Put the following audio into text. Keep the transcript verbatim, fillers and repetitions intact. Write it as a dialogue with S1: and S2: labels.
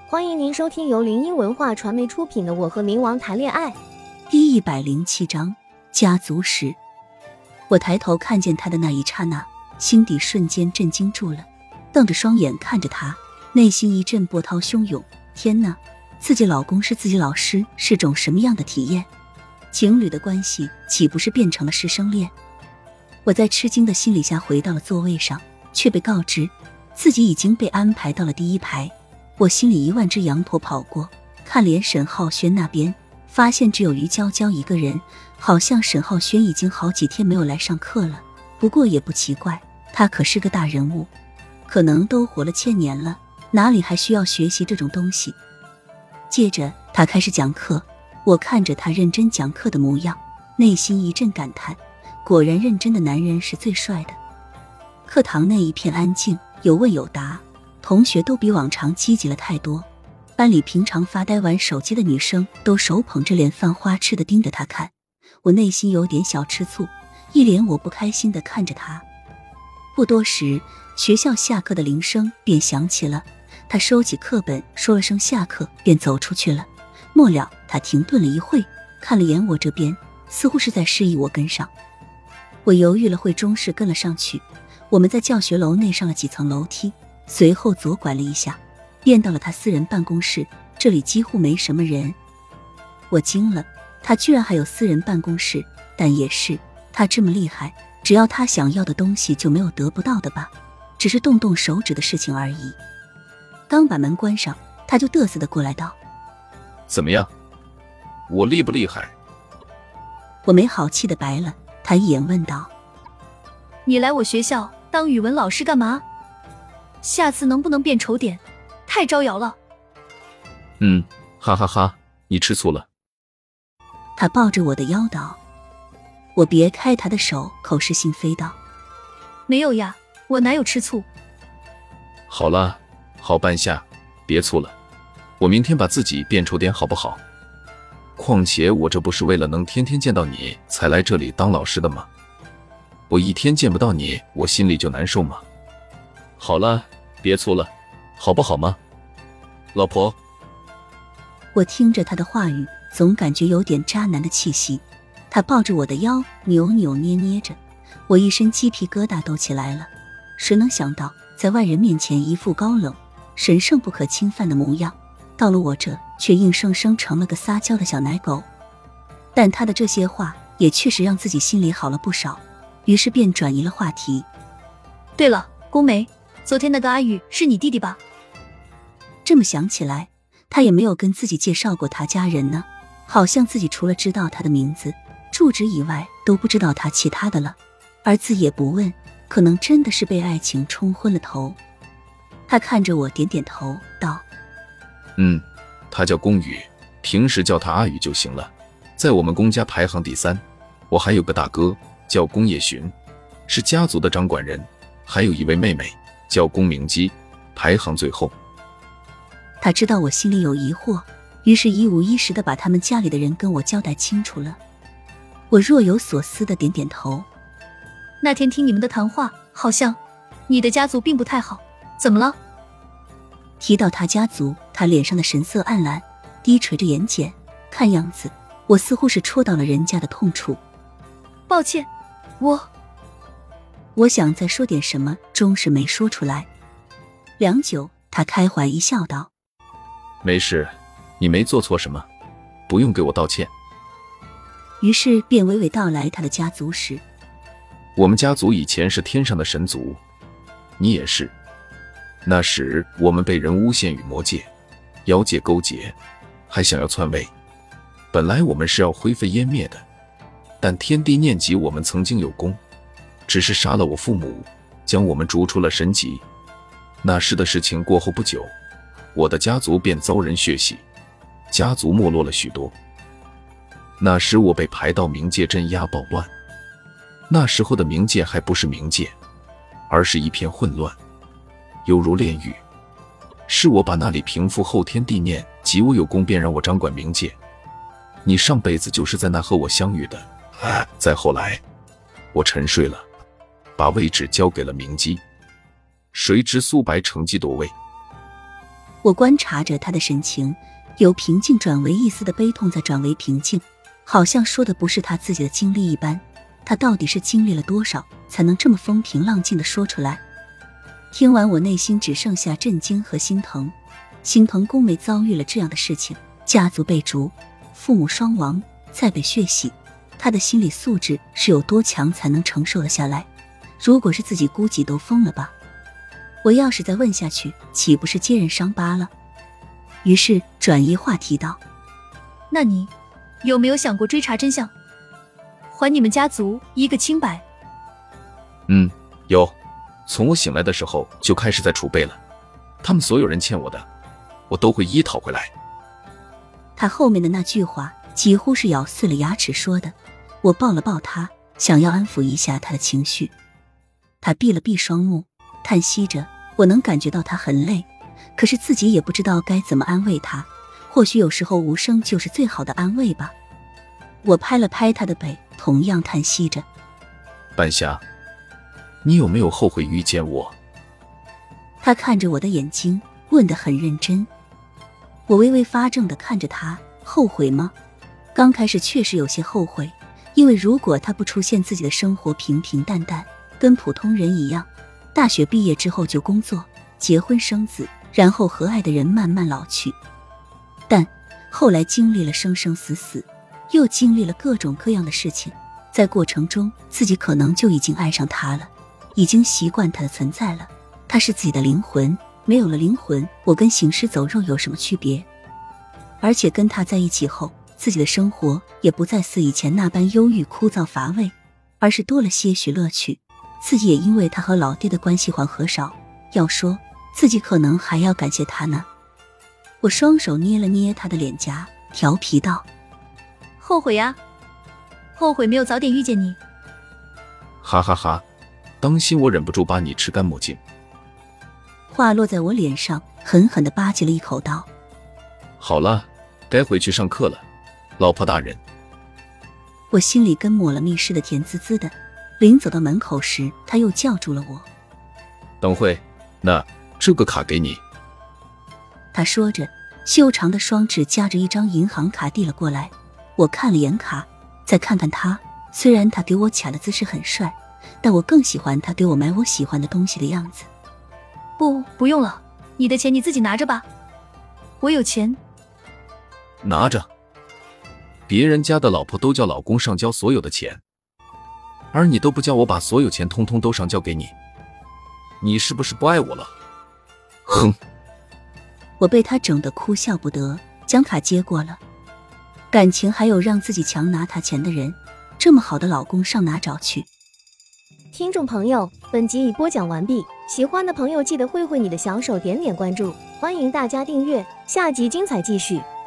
S1: 欢迎您收听由林音文化传媒出品的《我和冥王谈恋爱》
S2: 第一百零七章家族史。我抬头看见他的那一刹那，心底瞬间震惊住了，瞪着双眼看着他，内心一阵波涛汹涌。天哪，自己老公是自己老师是种什么样的体验？情侣的关系岂不是变成了师生恋？我在吃惊的心理下回到了座位上，却被告知自己已经被安排到了第一排。我心里一万只羊驼跑过，看脸沈浩轩那边，发现只有于娇娇一个人，好像沈浩轩已经好几天没有来上课了。不过也不奇怪，他可是个大人物，可能都活了千年了，哪里还需要学习这种东西。接着他开始讲课，我看着他认真讲课的模样，内心一阵感叹，果然认真的男人是最帅的。课堂内一片安静，有问有答，同学都比往常积极了太多。班里平常发呆玩手机的女生都手捧着脸犯花痴地盯着他看，我内心有点小吃醋，一脸我不开心地看着他。不多时，学校下课的铃声便响起了，他收起课本说了声下课便走出去了。末了他停顿了一会，看了眼我这边，似乎是在示意我跟上。我犹豫了会，终是跟了上去。我们在教学楼内上了几层楼梯，随后左拐了一下，便到了他私人办公室，这里几乎没什么人。我惊了，他居然还有私人办公室，但也是，他这么厉害，只要他想要的东西就没有得不到的吧，只是动动手指的事情而已。刚把门关上，他就嘚瑟的过来道：
S3: 怎么样，我厉不厉害？
S2: 我没好气的白了他一眼，问道：
S4: 你来我学校当语文老师干嘛？下次能不能变丑点？太招摇了。
S3: 嗯，哈哈哈，你吃醋了。
S2: 他抱着我的腰道。我别开他的手，口是心非道：
S4: 没有呀，我哪有吃醋。
S3: 好了，好半夏，别醋了，我明天把自己变丑点好不好？况且我这不是为了能天天见到你才来这里当老师的吗？我一天见不到你，我心里就难受吗？好了，别醋了，好不好吗？老婆。
S2: 我听着他的话语，总感觉有点渣男的气息。他抱着我的腰，扭扭捏捏着，我一身鸡皮疙瘩都起来了。谁能想到，在外人面前一副高冷、神圣不可侵犯的模样，到了我这却硬生生成了个撒娇的小奶狗。但他的这些话也确实让自己心里好了不少，于是便转移了话题。
S4: 对了，宫梅，昨天那个阿宇是你弟弟吧？
S2: 这么想起来，他也没有跟自己介绍过他家人呢，好像自己除了知道他的名字、住址以外都不知道他其他的了。儿子也不问，可能真的是被爱情冲昏了头。他看着我点点头道：
S3: 嗯，他叫宫宇，平时叫他阿宇就行了，在我们宫家排行第三。我还有个大哥叫宫夜寻，是家族的掌管人，还有一位妹妹叫宫明姬，排行最后。
S2: 他知道我心里有疑惑，于是一五一十地把他们家里的人跟我交代清楚了。我若有所思地点点头。
S4: 那天听你们的谈话，好像你的家族并不太好，怎么了？
S2: 提到他家族，他脸上的神色暗蓝，低垂着眼睑，看样子我似乎是戳到了人家的痛处。
S4: 抱歉，我
S2: 我想再说点什么，终是没说出来。良久，他开怀一笑道：
S3: 没事，你没做错什么，不用给我道歉。
S2: 于是便娓娓道来他的家族史。
S3: 我们家族以前是天上的神族，你也是。那时我们被人诬陷与魔界、妖界勾结，还想要篡位。本来我们是要灰飞烟灭的，但天帝念及我们曾经有功，只是杀了我父母，将我们逐出了神籍。那时的事情过后不久，我的家族便遭人血洗，家族没落了许多。那时我被排到冥界镇压暴乱，那时候的冥界还不是冥界，而是一片混乱，犹如炼狱。是我把那里平复后天地念及我有功，便让我掌管冥界。你上辈子就是在那和我相遇的。再后来我沉睡了，把位置交给了明姬，谁知苏白乘机夺位，
S2: 我观察着他的神情，由平静转为一丝的悲痛，再转为平静，好像说的不是他自己的经历一般。他到底是经历了多少，才能这么风平浪静地说出来？听完，我内心只剩下震惊和心疼。心疼宫梅遭遇了这样的事情，家族被逐，父母双亡，再被血洗，他的心理素质是有多强才能承受得下来？如果是自己，估计都疯了吧。我要是再问下去，岂不是揭人伤疤了？于是转移话题道：
S4: 那你有没有想过追查真相，还你们家族一个清白？
S3: 嗯，有，从我醒来的时候就开始在储备了，他们所有人欠我的，我都会一一讨回来。
S2: 他后面的那句话几乎是咬碎了牙齿说的。我抱了抱他，想要安抚一下他的情绪。他闭了闭双目，叹息着。我能感觉到他很累，可是自己也不知道该怎么安慰他。或许有时候无声就是最好的安慰吧。我拍了拍他的背，同样叹息着。
S3: 半夏，你有没有后悔遇见我？
S2: 他看着我的眼睛，问得很认真。我微微发怔地看着他，后悔吗？刚开始确实有些后悔，因为如果他不出现，自己的生活平平淡淡，跟普通人一样，大学毕业之后就工作、结婚生子，然后和爱的人慢慢老去。但后来经历了生生死死，又经历了各种各样的事情，在过程中自己可能就已经爱上他了，已经习惯他的存在了。他是自己的灵魂，没有了灵魂，我跟行尸走肉有什么区别？而且跟他在一起后，自己的生活也不再似以前那般忧郁枯燥乏味，而是多了些许乐趣。自己也因为他和老爹的关系缓和少，要说自己可能还要感谢他呢。我双手捏了捏他的脸颊，调皮道：
S4: 后悔呀，后悔没有早点遇见你。
S3: 哈哈哈，当心我忍不住把你吃干抹净。
S2: 话落在我脸上，狠狠地吧唧了一口道：
S3: 好了，该回去上课了，老婆大人。
S2: 我心里跟抹了蜜似的，甜滋滋的。临走到门口时，他又叫住了我。
S3: 等会，那这个卡给你。
S2: 他说着，修长的双指夹着一张银行卡递了过来。我看了眼卡，再看看他，虽然他给我卡的姿势很帅，但我更喜欢他给我买我喜欢的东西的样子。
S4: 不，不用了，你的钱你自己拿着吧，我有钱。
S3: 拿着。别人家的老婆都叫老公上交所有的钱，而你都不叫我把所有钱通通都上交给你，你是不是不爱我了？哼！
S2: 我被他整得哭笑不得，将卡接过了。感情还有让自己强拿他钱的人，这么好的老公上哪找去？
S1: 听众朋友，本集已播讲完毕，喜欢的朋友记得挥挥你的小手，点点关注，欢迎大家订阅，下集精彩继续。